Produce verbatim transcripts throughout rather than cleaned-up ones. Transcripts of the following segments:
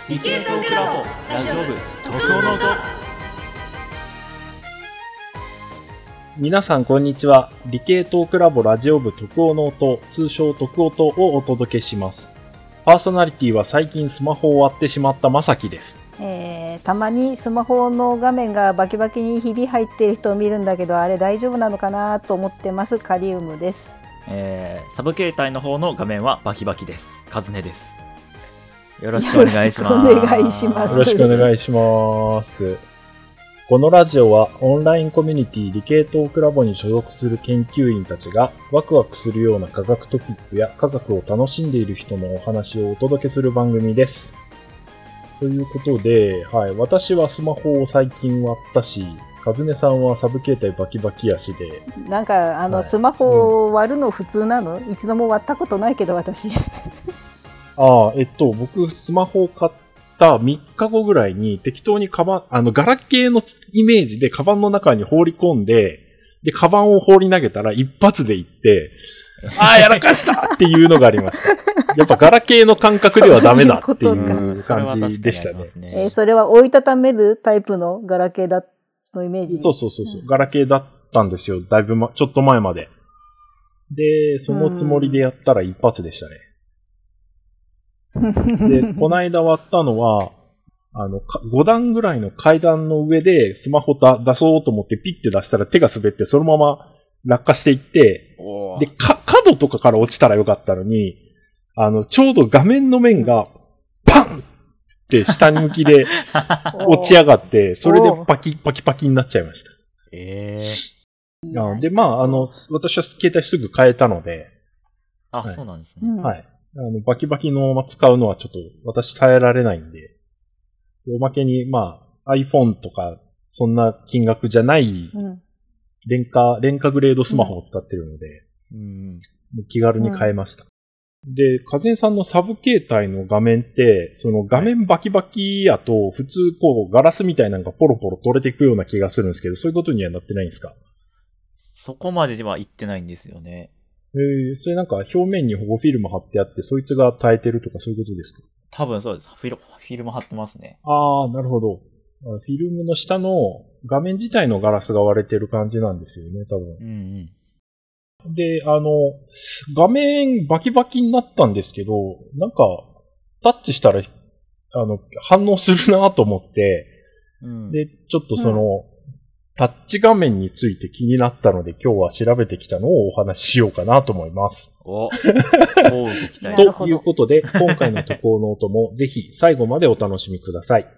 理系トークラボラジオ部徳尾ノート。 皆さんこんにちは。理系トークラボラジオ部徳尾ノート、通称徳尾とをお届けします。パーソナリティは最近スマホを割ってしまったまさきです。 えー、たまにスマホの画面がバキバキにひび入っている人を見るんだけど、あれ大丈夫なのかなと思ってます。カリウムです。 えー、サブ携帯の方の画面はバキバキです。カズネです。よろしくお願いします。 よろしくお願いします。 よろしくお願いします。このラジオはオンラインコミュニティ理系トークラボに所属する研究員たちがワクワクするような科学トピックや科学を楽しんでいる人のお話をお届けする番組です。ということで、はい、私はスマホを最近割ったし、カズネさんはサブ携帯バキバキやしで、 なんかあの、はい、スマホを割るの普通なの？うん、一度も割ったことないけど私。 ああ、えっと僕スマホを買ったみっかごぐらいに適当にカバン、あのガラケーのイメージでカバンの中に放り込んで、でカバンを放り投げたら一発でいって、ああやらかしたっていうのがありました。やっぱガラケーの感覚ではダメだっていう感じでしたね。 そ, ねえー、それは折りたためるタイプのガラケーだのイメージ。 そうそうそうそう、うん、ガラケーだったんですよ。だいぶ、ま、ちょっと前まで。で、そのつもりでやったら一発でしたね。で、こないだ割ったのは、あの、ご段ぐらいの階段の上でスマホだ出そうと思ってピッて出したら手が滑ってそのまま落下していって、で、か、角とかから落ちたらよかったのに、あの、ちょうど画面の面がパンって下に向きで落ち上がって、それでパキパキパキになっちゃいました。 ええー。で、まあ、あの、私は携帯すぐ変えたので。 あ、はい、そうなんですね。 はい。あの、バキバキのまま使うのはちょっと私耐えられないんで。おまけに、まあ、iPhone とか、そんな金額じゃない、廉価、廉価グレードスマホを使ってるので、うん、気軽に買えました。うん、で、カゼンさんのサブ携帯の画面って、その画面バキバキやと、普通こう、ガラスみたいなのがポロポロ取れていくような気がするんですけど、そういうことにはなってないんですか？ そこまででは言ってないんですよね。 えー、それなんか表面に保護フィルム貼ってあって、そいつが耐えてるとかそういうことですか？ 多分そうです。フィル、フィルム貼ってますね。 ああ、なるほど。フィルムの下の画面自体のガラスが割れてる感じなんですよね、多分。うんうん。で、あの、画面バキバキになったんですけど、なんか、タッチしたら、あの、反応するなと思って、うん、で、ちょっとその、うん、タッチ画面について気になったので今日は調べてきたのをお話ししようかなと思います。 おということで、今回の渡航ノートもぜひ最後までお楽しみください。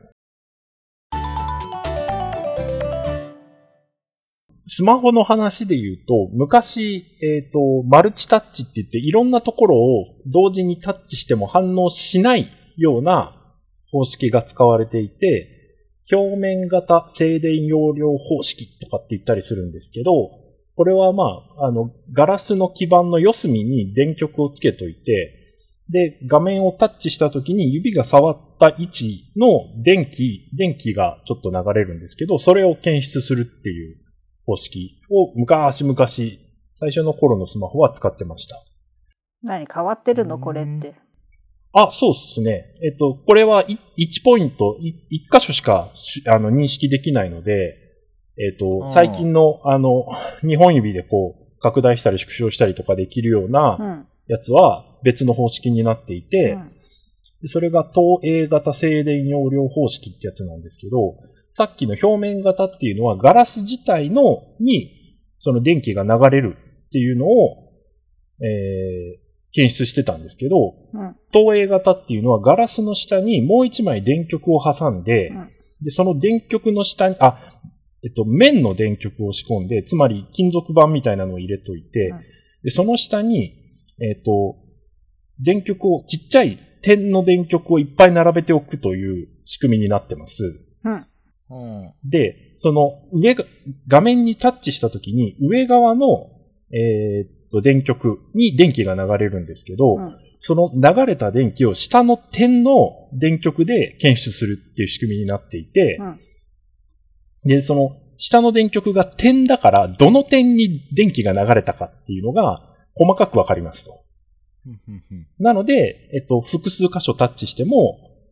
スマホの話で言うと、昔、えっと、マルチタッチって言っていろんなところを同時にタッチしても反応しないような方式が使われていて、表面型静電容量方式とかって言ったりするんですけど、これはまあ、あの、ガラスの基板の四隅に電極をつけといて、で、画面をタッチした時に指が触った位置の電気、電気がちょっと流れるんですけど、それを検出するっていう方式を昔々、最初の頃のスマホは使ってました。 何変わってるのこれって。 あ、そうですね。えっと、これはいちポイント、いっ箇所しかあの認識できないので、えっと、最近のあの、にほん指でこう、拡大したり縮小したりとかできるようなやつは別の方式になっていて、うん、でそれが投影型静電容量方式ってやつなんですけど、さっきの表面型っていうのはガラス自体のにその電気が流れるっていうのを、えー検出してたんですけど、うん、投影型っていうのはガラスの下にもう一枚電極を挟んで、うん、でその電極の下に、あ、えっと、面の電極を仕込んで、つまり金属板みたいなのを入れといて、うん、でその下に、えっと、電極を、ちっちゃい点の電極をいっぱい並べておくという仕組みになってます。うんうん、で、その上が、画面にタッチしたときに上側の、えー電極に電気が流れるんですけど、うん、その流れた電気を下の点の電極で検出するっていう仕組みになっていて、うん、で、その下の電極が点だからどの点に電気が流れたかっていうのが細かくわかりますと。なので、えっと、複数箇所タッチしても、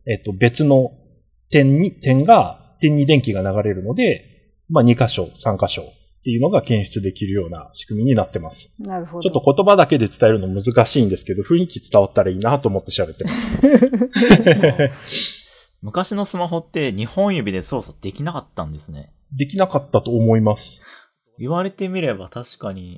えっと、別の点に、点が、点に電気が流れるので、まあに箇所、さん箇所っていうのが検出できるような仕組みになってます。 なるほど。 ちょっと言葉だけで伝えるの難しいんですけど、雰囲気伝わったらいいなと思って喋ってます。 昔のスマホってにほん指で操作できなかったんですね。 できなかったと思います。 言われてみれば確かに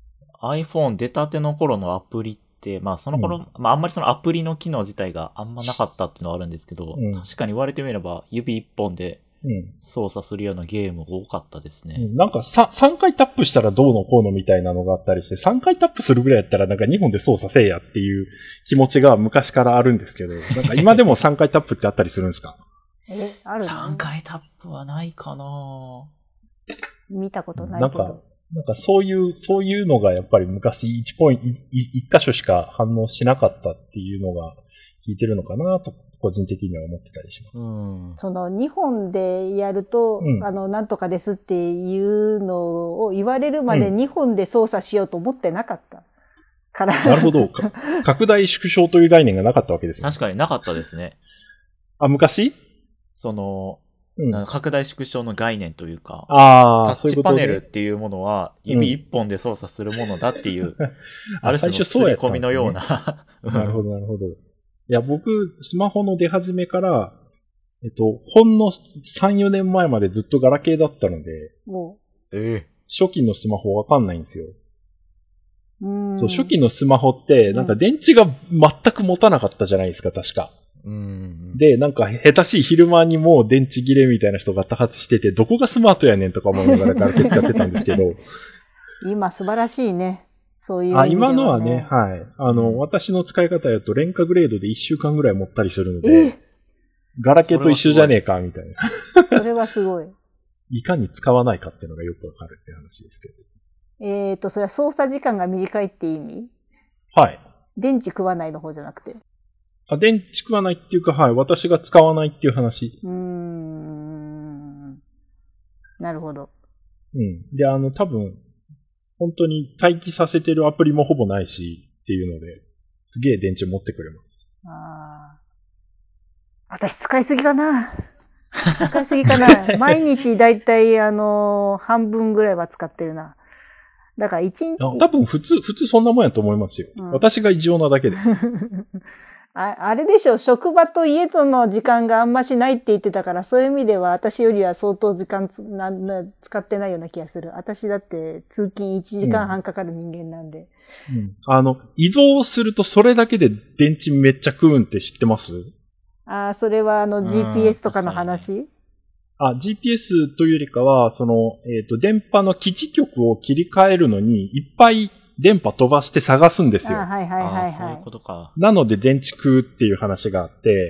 iPhone 出たての頃のアプリって、まあその頃、うん、まああんまりそのアプリの機能自体があんまなかったっていうのはあるんですけど、うん、確かに言われてみれば指一本で操作するようなゲーム多かったですね。 うん、なんか 3, さんかいタップしたらどうのこうのみたいなのがあったりして、さんかいタップするぐらいやったらなんかにほんで操作せえやっていう気持ちが昔からあるんですけど、なんか今でもさんかいタップってあったりするんですか？ え、あるの？ さん 回タップはないかな。 見たことないけど。 なんか、なんかそういう、そういうのがやっぱり昔いちポイント、いっ箇所しか反応しなかったっていうのが効いてるのかなと、個人的には思ってたりします。 うん、 そのにほんでやると、うん、あの、なんとかですっていうのを言われるまでにほんで操作しようと思ってなかったから。 なるほど。拡大縮小という概念がなかったわけですね。 確かになかったですね。 あ、昔？ その、うん、拡大縮小の概念というか、 あタッチパネルっていうものは指一本で操作するものだっていう、うん、ある種の刷り込みのような。 なるほど、なるほど。いや、僕、スマホの出始めから、えっと、ほんのさん、よねんまえまでずっとガラケーだったので、 もうええ、 初期のスマホわかんないんですよ。 うんそう、初期のスマホって、なんか電池が全く持たなかったじゃないですか、確か。 うんで、なんか下手しい昼間にも電池切れみたいな人が多発してて、どこがスマートやねんとか思いながらガラケー使ってたんですけど。 今素晴らしいね。そういう意味では、ね。 あ、今のはね、はい。あの、うん、私の使い方やと廉価グレードでいっしゅうかんぐらい持ったりするので、ガラケーと一緒じゃねえか、みたいな。 それはすごい。 いかに使わないかっていうのがよくわかるって話ですけど。 えっと、それは操作時間が短いって意味？ はい。 電池食わないの方じゃなくて。 あ、電池食わないっていうか、はい。私が使わないっていう話。 うーん。なるほど。 うん。で、あの、多分、本当に待機させてるアプリもほぼないしっていうので、すげえ電池持ってくれます。 ああ。私使いすぎかな。使いすぎかな。毎日だいたいあの、半分ぐらいは使ってるな。だから一日。 多分普通、普通そんなもんやと思いますよ。うん、私が異常なだけで。 あ, あれでしょ、職場と家との時間があんましないって言ってたから、そういう意味では私よりは相当時間つなな使ってないような気がする。私だって通勤いちじかんはんかかる人間なんで。 うんうん、あの、移動するとそれだけで電池めっちゃ食うんって知ってます？ ああ、それはあの ジーピーエス とかの話？ あ、ジーピーエス というよりかは、その、えっと、電波の基地局を切り替えるのに、いっぱい電波飛ばして探すんですよ。 あ、はいはいはいはい。 そういうことか。 なので電池食うっていう話があって。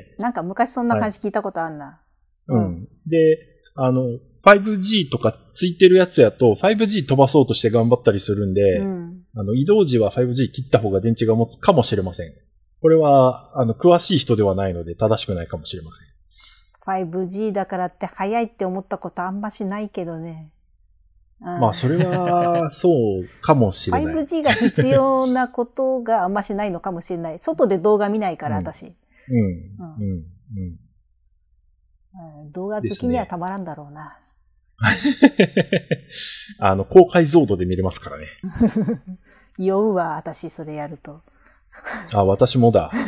なんか昔そんな話聞いたことあんな。 はい、うん。で、あの、ファイブジー とかついてるやつやと、ファイブジー 飛ばそうとして頑張ったりするんで、うん、あの、移動時は ファイブジー 切った方が電池が持つかもしれません。これは、あの、詳しい人ではないので正しくないかもしれません。 ファイブジー だからって早いって思ったことあんましないけどね。 まあ、それは、そうかもしれない。 ファイブジー が必要なことがあんましないのかもしれない。外で動画見ないから、私。 うん。うん。うん。 うん、動画好きにはたまらんだろうな。 あの、高解像度で見れますからね。 酔うわ、私、それやると。 あ、私もだ。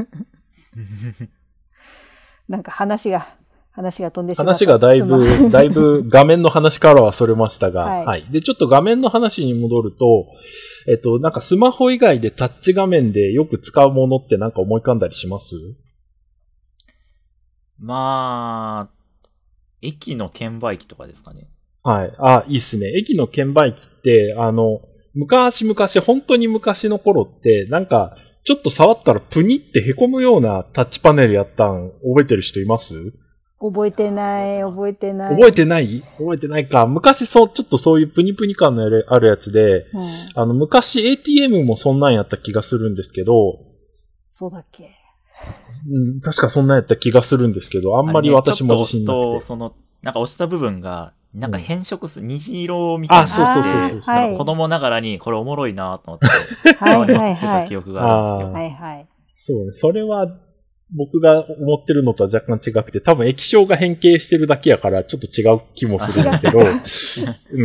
なんか話が。話が飛んでしまった。 話がだいぶ、だいぶ画面の話からはそれましたが、はい、はい。で、ちょっと画面の話に戻ると、えっと、なんかスマホ以外でタッチ画面でよく使うものってなんか思い浮かんだりします？ まあ、駅の券売機とかですかね。 はい。あ、いいっすね。駅の券売機って、あの、昔々、本当に昔の頃って、なんか、ちょっと触ったらプニって凹むようなタッチパネルやったん覚えてる人います？ 覚えてない、覚えてない。 覚えてない覚えてないか。昔そう、ちょっとそういうプニプニ感のあるやつで、うん、あの、昔 エーティーエム もそんなんやった気がするんですけど、 そうだっけ？ うん、確かそんなんやった気がするんですけど、あんまり私も自信なくて。 ちょっと押すと、その、なんか押した部分が、なんか変色する、うん、虹色みたいな。 あ、そうそうそうそう。 はい、子供ながらにこれおもろいなと思って、はいはいはい。記憶があるんですよ。 はいはい。 そうね。それは、 僕が思ってるのとは若干違くて、多分液晶が変形してるだけやからちょっと違う気もするんだけど、うん。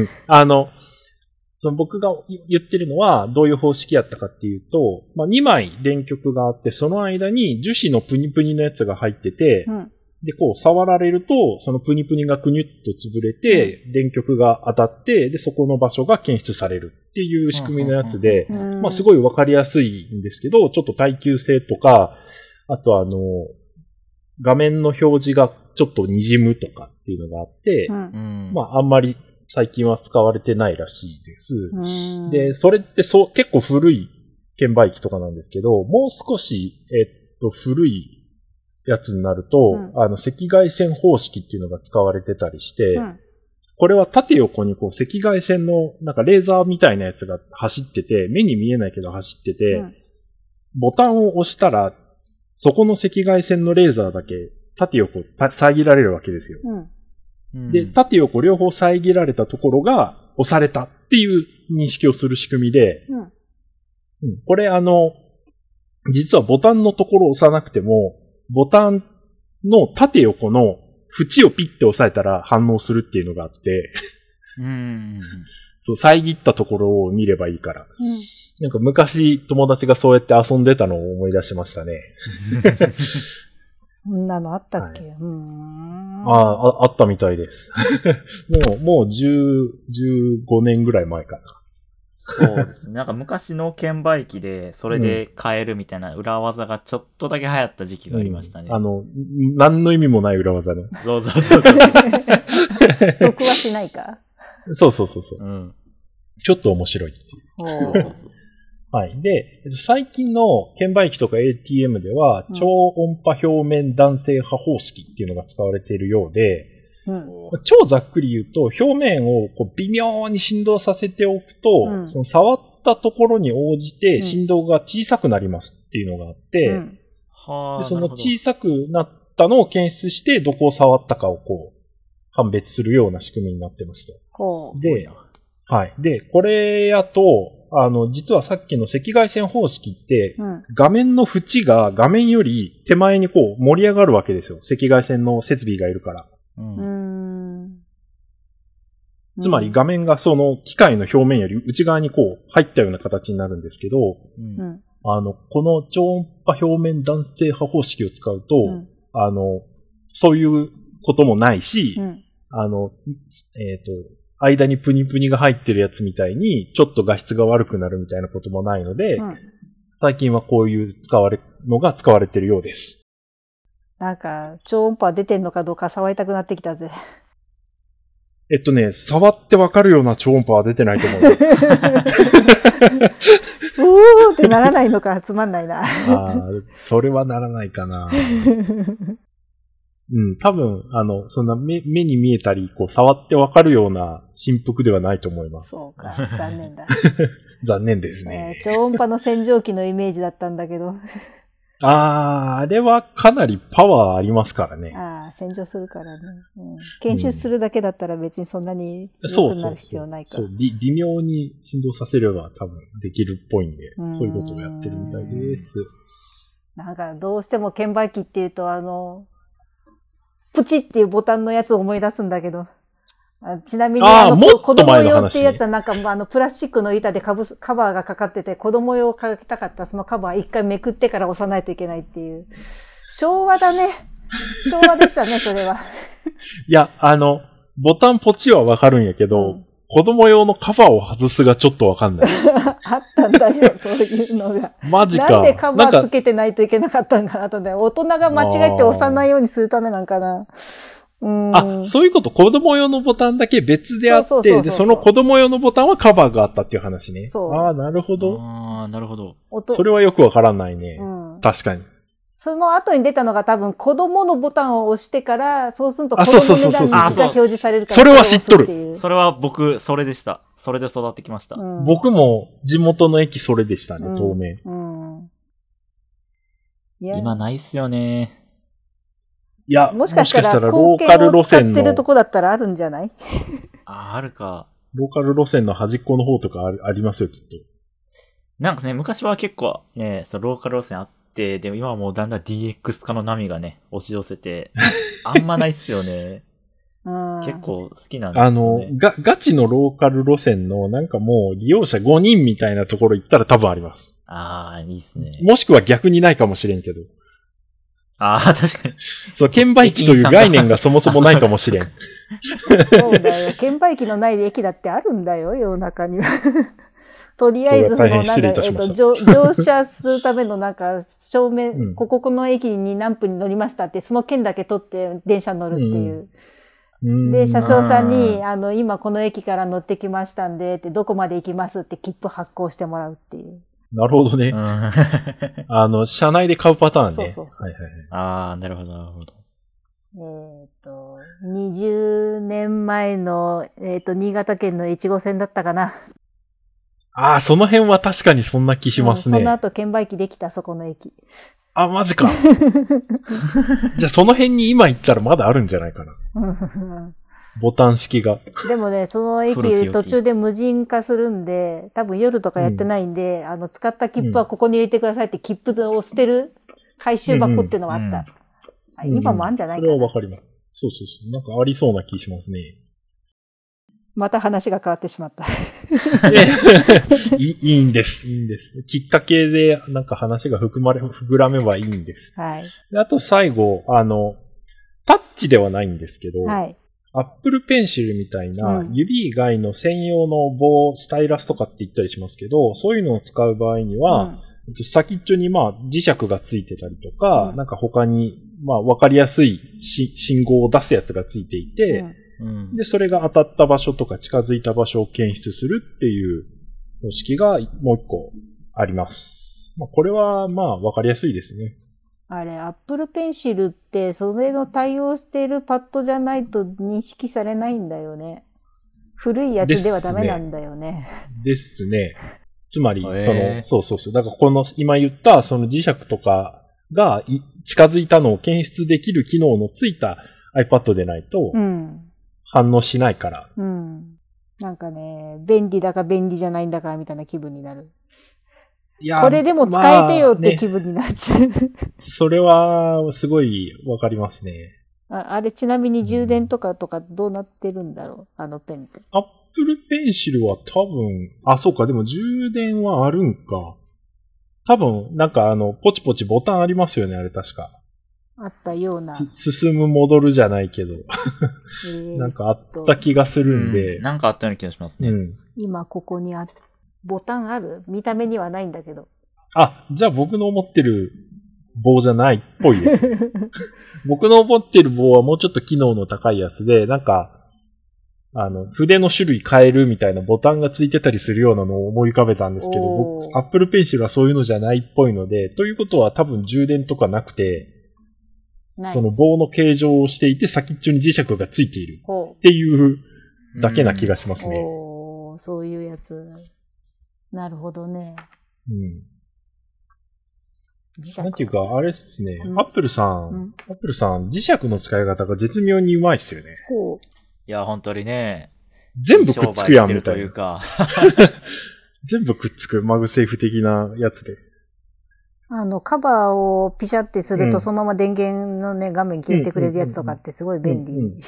あの、その僕が言ってるのはどういう方式やったかっていうと、まあ、にまい電極があって、その間に樹脂のプニプニのやつが入ってて、うん、で、こう触られると、そのプニプニがクニュッと潰れて、うん、電極が当たって、で、そこの場所が検出されるっていう仕組みのやつで、うん、まあ、すごいわかりやすいんですけど、ちょっと耐久性とか、あとあの、画面の表示がちょっと滲むとかっていうのがあって、うん、まあ、あんまり最近は使われてないらしいです。うん、で、それってそう、結構古い券売機とかなんですけど、もう少し、えっと、古いやつになると、うん、あの、赤外線方式っていうのが使われてたりして、うん、これは縦横にこう赤外線のなんかレーザーみたいなやつが走ってて、目に見えないけど走ってて、うん、ボタンを押したら、そこの赤外線のレーザーだけ縦横遮られるわけですよ。うん、で、縦横両方遮られたところが押されたっていう認識をする仕組みで、うんうん、これあの、実はボタンのところを押さなくても、ボタンの縦横の縁をピッて押さえたら反応するっていうのがあって、うんそう、遮ったところを見ればいいから。うんなんか昔友達がそうやって遊んでたのを思い出しましたね。 そんなのあったっけ、はい、うーんああ、あったみたいです。もう、もうじゅう、じゅうごねんぐらい前かな。そうですね。なんか昔の券売機でそれで買えるみたいな裏技がちょっとだけ流行った時期がありましたね。 うん、あの、何の意味もない裏技ね。 そうそうそうそう。 得はしないかそうそうそうそう、うん。ちょっと面白いっていう。そうそうそうはい。で、最近の券売機とか エーティーエム では、うん、超音波表面弾性波方式っていうのが使われているようで、うん、超ざっくり言うと、表面をこう微妙に振動させておくと、うん、その触ったところに応じて振動が小さくなりますっていうのがあって、うん、でその小さくなったのを検出して、どこを触ったかをこう、判別するような仕組みになってますと。で、はい。で、これやと、あの、実はさっきの赤外線方式って、うん、画面の縁が画面より手前にこう盛り上がるわけですよ。赤外線の設備がいるから。うん、つまり画面がその機械の表面より内側にこう入ったような形になるんですけど、うん、あの、この超音波表面弾性波方式を使うと、うん、あの、そういうこともないし、うん、あの、えっと、間にプニプニが入ってるやつみたいに、ちょっと画質が悪くなるみたいなこともないので、うん、最近はこういう使われ、のが使われてるようです。 なんか、超音波出てんのかどうか触りたくなってきたぜ。 えっとね、触ってわかるような超音波は出てないと思います。 おーってならないのか、つまんないな。 ああ、それはならないかな。うん、多分、あの、そんな目、目に見えたり、こう、触ってわかるような振幅ではないと思います。 そうか、残念だ。 残念ですね、 えー。超音波の洗浄機のイメージだったんだけど。 ああ、あれはかなりパワーありますからね。 ああ、洗浄するからね。うん、検出するだけだったら別にそんなに強くなる必要ないから。 そうそうそうそう、微妙に振動させれば多分できるっぽいんで、うそういうことをやってるみたいです。 なんか、どうしても券売機っていうと、あの、プチっていうボタンのやつを思い出すんだけど。あちなみにあの子供用っていうやつはなんかあのプラスチックの板でカブカバーがかかってて子供用をかけたかったそのカバー一回めくってから押さないといけないっていう。昭和だね。昭和でしたね、それは。 いや、あの、ボタンポチはわかるんやけど、うん、子供用のカバーを外すがちょっとわかんない。 あったんだよ、そういうのが。 マジか。 なんでカバーつけてないといけなかったんかなとね。大人が間違えて押さないようにするためなんかな。 うん、あ、そういうこと。子供用のボタンだけ別であって、で、その子供用のボタンはカバーがあったっていう話ね。そう。ああ、なるほど。 ああ、なるほど。 それはよくわからないね。うん、確かに。 その後に出たのが多分子供のボタンを押してから、そうすると子供の値段が表示されるから。 それは知っとる。 それは僕、それでした。それで育ってきました。うん、 僕も地元の駅それでしたね、当面。うんうん、 今ないっすよね。 いや、 もしかしたらローカル路線の使ってるとこだったらあるんじゃないあ、あるか。 ローカル路線の端っこの方とかありますよ、きっと。 なんかね、昔は結構ね、そのローカル路線あっ 、でも今はもうだんだん ディーエックス 化の波がね、押し寄せて、あんまないっすよね。結構好きなんですよね。 あの、が、ガチのローカル路線の、なんかもう利用者ごにんみたいなところ行ったら多分あります。 ああ、いいっすね。 もしくは逆にないかもしれんけど。 ああ、確かに。 そう、券売機という概念がそもそもないかもしれん。 そうだよ。券売機のない駅だってあるんだよ、世の中には。とりあえず、その、なんだ、えっと、乗車するためのなんか、証明、うん、ここの駅に何分に乗りましたって、その券だけ取って電車に乗るっていう。うん、で、車掌さんに、あの、今この駅から乗ってきましたんで、って、どこまで行きますって切符発行してもらうっていう。 なるほどね。あの、車内で買うパターンね。 そうそうそう。 はいはいはい、ああ、なるほど、なるほど。 えっと、にじゅうねんまえの、えっと、新潟県の越後線だったかな。 ああ、その辺は確かにそんな気しますね。 うん、その後、券売機できた、そこの駅。 あ、マジか。じゃあ、その辺に今行ったらまだあるんじゃないかな。ボタン式が。 でもね、その駅途中で無人化するんで、多分夜とかやってないんで、うん、あの、使った切符はここに入れてくださいって切符を捨てる回収箱っていうのがあった。うんうん、今もあるんじゃないかな。 それはわかります。そうそうそう。なんかありそうな気しますね。 また話が変わってしまった。 い, いいんです。いいんです。きっかけでなんか話が含まれ、膨らめばいいんです。 はい。 あと最後、あの、タッチではないんですけど、 はい。 Apple Pencil みたいな指以外の専用の棒、スタイラスとかって言ったりしますけど、そういうのを使う場合には、うん、先っちょにまあ磁石がついてたりとか、うん、なんか他にまあわかりやすい信号を出すやつがついていて、うん、で、それが当たった場所とか近づいた場所を検出するっていう方式がもう一個あります。まあ、これはまあわかりやすいですね。 あれ、Apple Pencil って、それの対応しているパッドじゃないと認識されないんだよね。古いやつではダメなんだよね。 ですね。ですね。つまり、その、そうそうそう。だからこの、今言った、その磁石とかが近づいたのを検出できる機能のついた iPad でないと、反応しないから、 うん。うん。なんかね、便利だか便利じゃないんだかみたいな気分になる。いやこれでも使えてよって気分になっちゃう、まあね。 それは、すごいわかりますね。 あ, あれ、ちなみに充電とかとかどうなってるんだろう、あのペンって。 Apple Pencil は多分、あ、そうか、でも充電はあるんか。多分、なんかあの、ポチポチボタンありますよね、あれ確か。 あったような。 進む、戻るじゃないけど。なんかあった気がするんで、 うん。なんかあったような気がしますね。うん、 今ここにあって。ボタンある？見た目にはないんだけど。 あ、じゃあ僕の持ってる棒じゃないっぽいです。僕の持ってる棒はもうちょっと機能の高いやつで、なんか、あの、筆の種類変えるみたいなボタンがついてたりするようなのを思い浮かべたんですけど、Apple Pencil はそういうのじゃないっぽいので、ということは多分充電とかなくて、その棒の形状をしていて先っちょに磁石がついているっていうだけな気がしますね。 おー、そういうやつ。なるほどね。 うん。磁石。なんていうか、あれですね、うん、アップルさん、うん、アップルさん、磁石の使い方が絶妙にうまいですよね。 ほう。 いや、本当にね。 全部くっつくやん、みたいな。 というか全部くっつく、マグセーフ的なやつで。 あの、カバーをピシャってすると、うん、そのまま電源のね、画面消えてくれるやつとかってすごい便利。うんうん。うんうん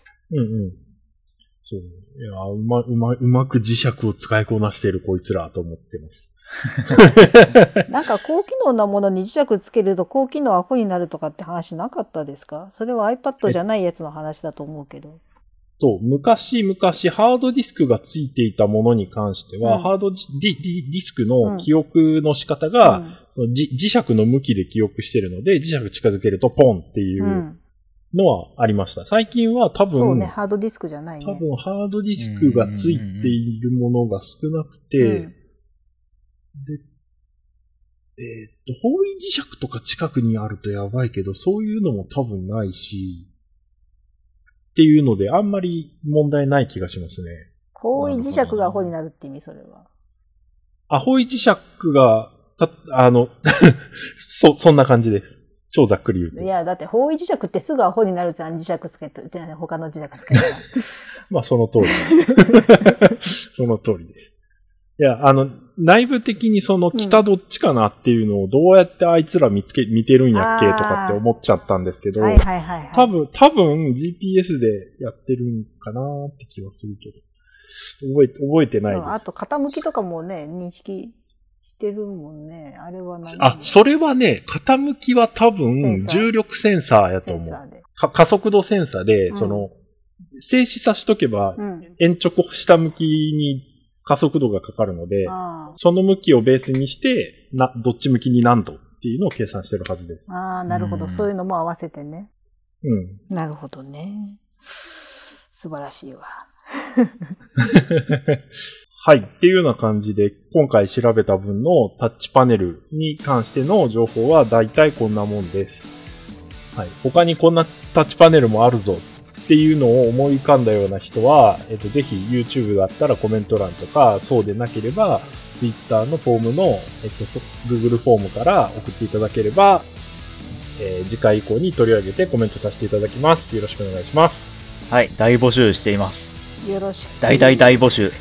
そう。いや、うま、うま、うまく磁石を使いこなしているこいつらと思ってます。 なんか高機能なものに磁石つけると高機能アホになるとかって話なかったですか？それは iPad じゃないやつの話だと思うけど。 と、昔々ハードディスクがついていたものに関しては、うん、ハードディ、ディスクの記憶の仕方が、うんその磁石の向きで記憶してるので、磁石近づけるとポンっていうのはありました。最近は多分、 そうね、ハードディスクじゃないね。 多分ハードディスクがついているものが少なくて、うん、で、えー、っと、方位磁石とか近くにあるとやばいけど、そういうのも多分ないし、っていうので、あんまり問題ない気がしますね。 方位磁石がアホになるって意味、それは。 あ、方位磁石が、たあの、そ、そんな感じです。超ざっくり言うと。 いや、だって方位磁石ってすぐアホになるじゃん、磁石つけて、他の磁石つけたら。 まあ、その通り。その通りです。 いや、あの、内部的にその北どっちかなっていうのをどうやってあいつら見つけ、見てるんやっけとかって思っちゃったんですけど、 はいはいはい、はい。 多分、多分 ジーピーエス でやってるんかなって気はするけど、覚え、覚えてないです。 あと、傾きとかもね、認識してるもんね。あれは何？ あ、それはね、傾きは多分、重力センサーやと思う。センサーで。か加速度センサーで、うん、その、静止さしとけば、うん、延直下向きに加速度がかかるので、その向きをベースにして、な、どっち向きに何度っていうのを計算してるはずです。 ああ、なるほど、うん。そういうのも合わせてね。 うん。 なるほどね。素晴らしいわ。 はい。っていうような感じで、今回調べた分のタッチパネルに関しての情報は大体こんなもんです。はい。他にこんなタッチパネルもあるぞっていうのを思い浮かんだような人は、えっと、ぜひ YouTube だったらコメント欄とか、そうでなければ Twitter のフォームの、えっと、Google フォームから送っていただければ、えー、次回以降に取り上げてコメントさせていただきます。よろしくお願いします。 はい。大募集しています。 よろしく。 大大大募集。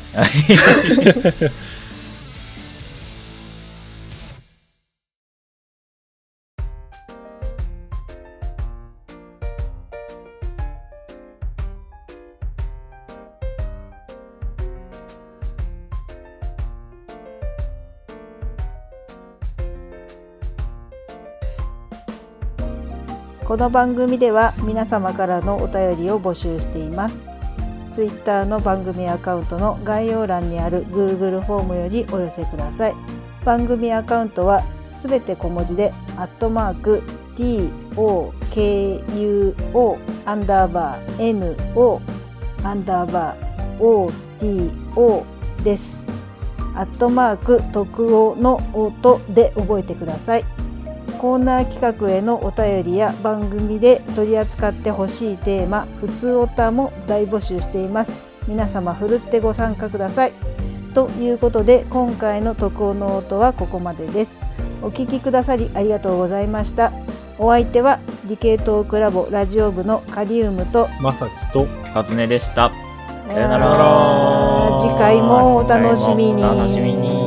この番組では皆様からのお便りを募集しています。ツイッターの番組アカウントの概要欄にある Google フォームよりお寄せください。番組アカウントはすべて小文字でアットマーク トク アンダーバー ノ アンダーバー オーティーオー です。アットマーク特オの音で覚えてください。コーナー企画へのお便りや番組で取り扱ってほしいテーマ、ふつおたも大募集しています。皆様ふるってご参加ください。ということで今回の特オの音はここまでです。お聞きくださりありがとうございました。お相手は理系トークラボラジオ部のカリウムとまさきとはずねでした。 さよなら。次回もお楽しみに。 お楽しみに。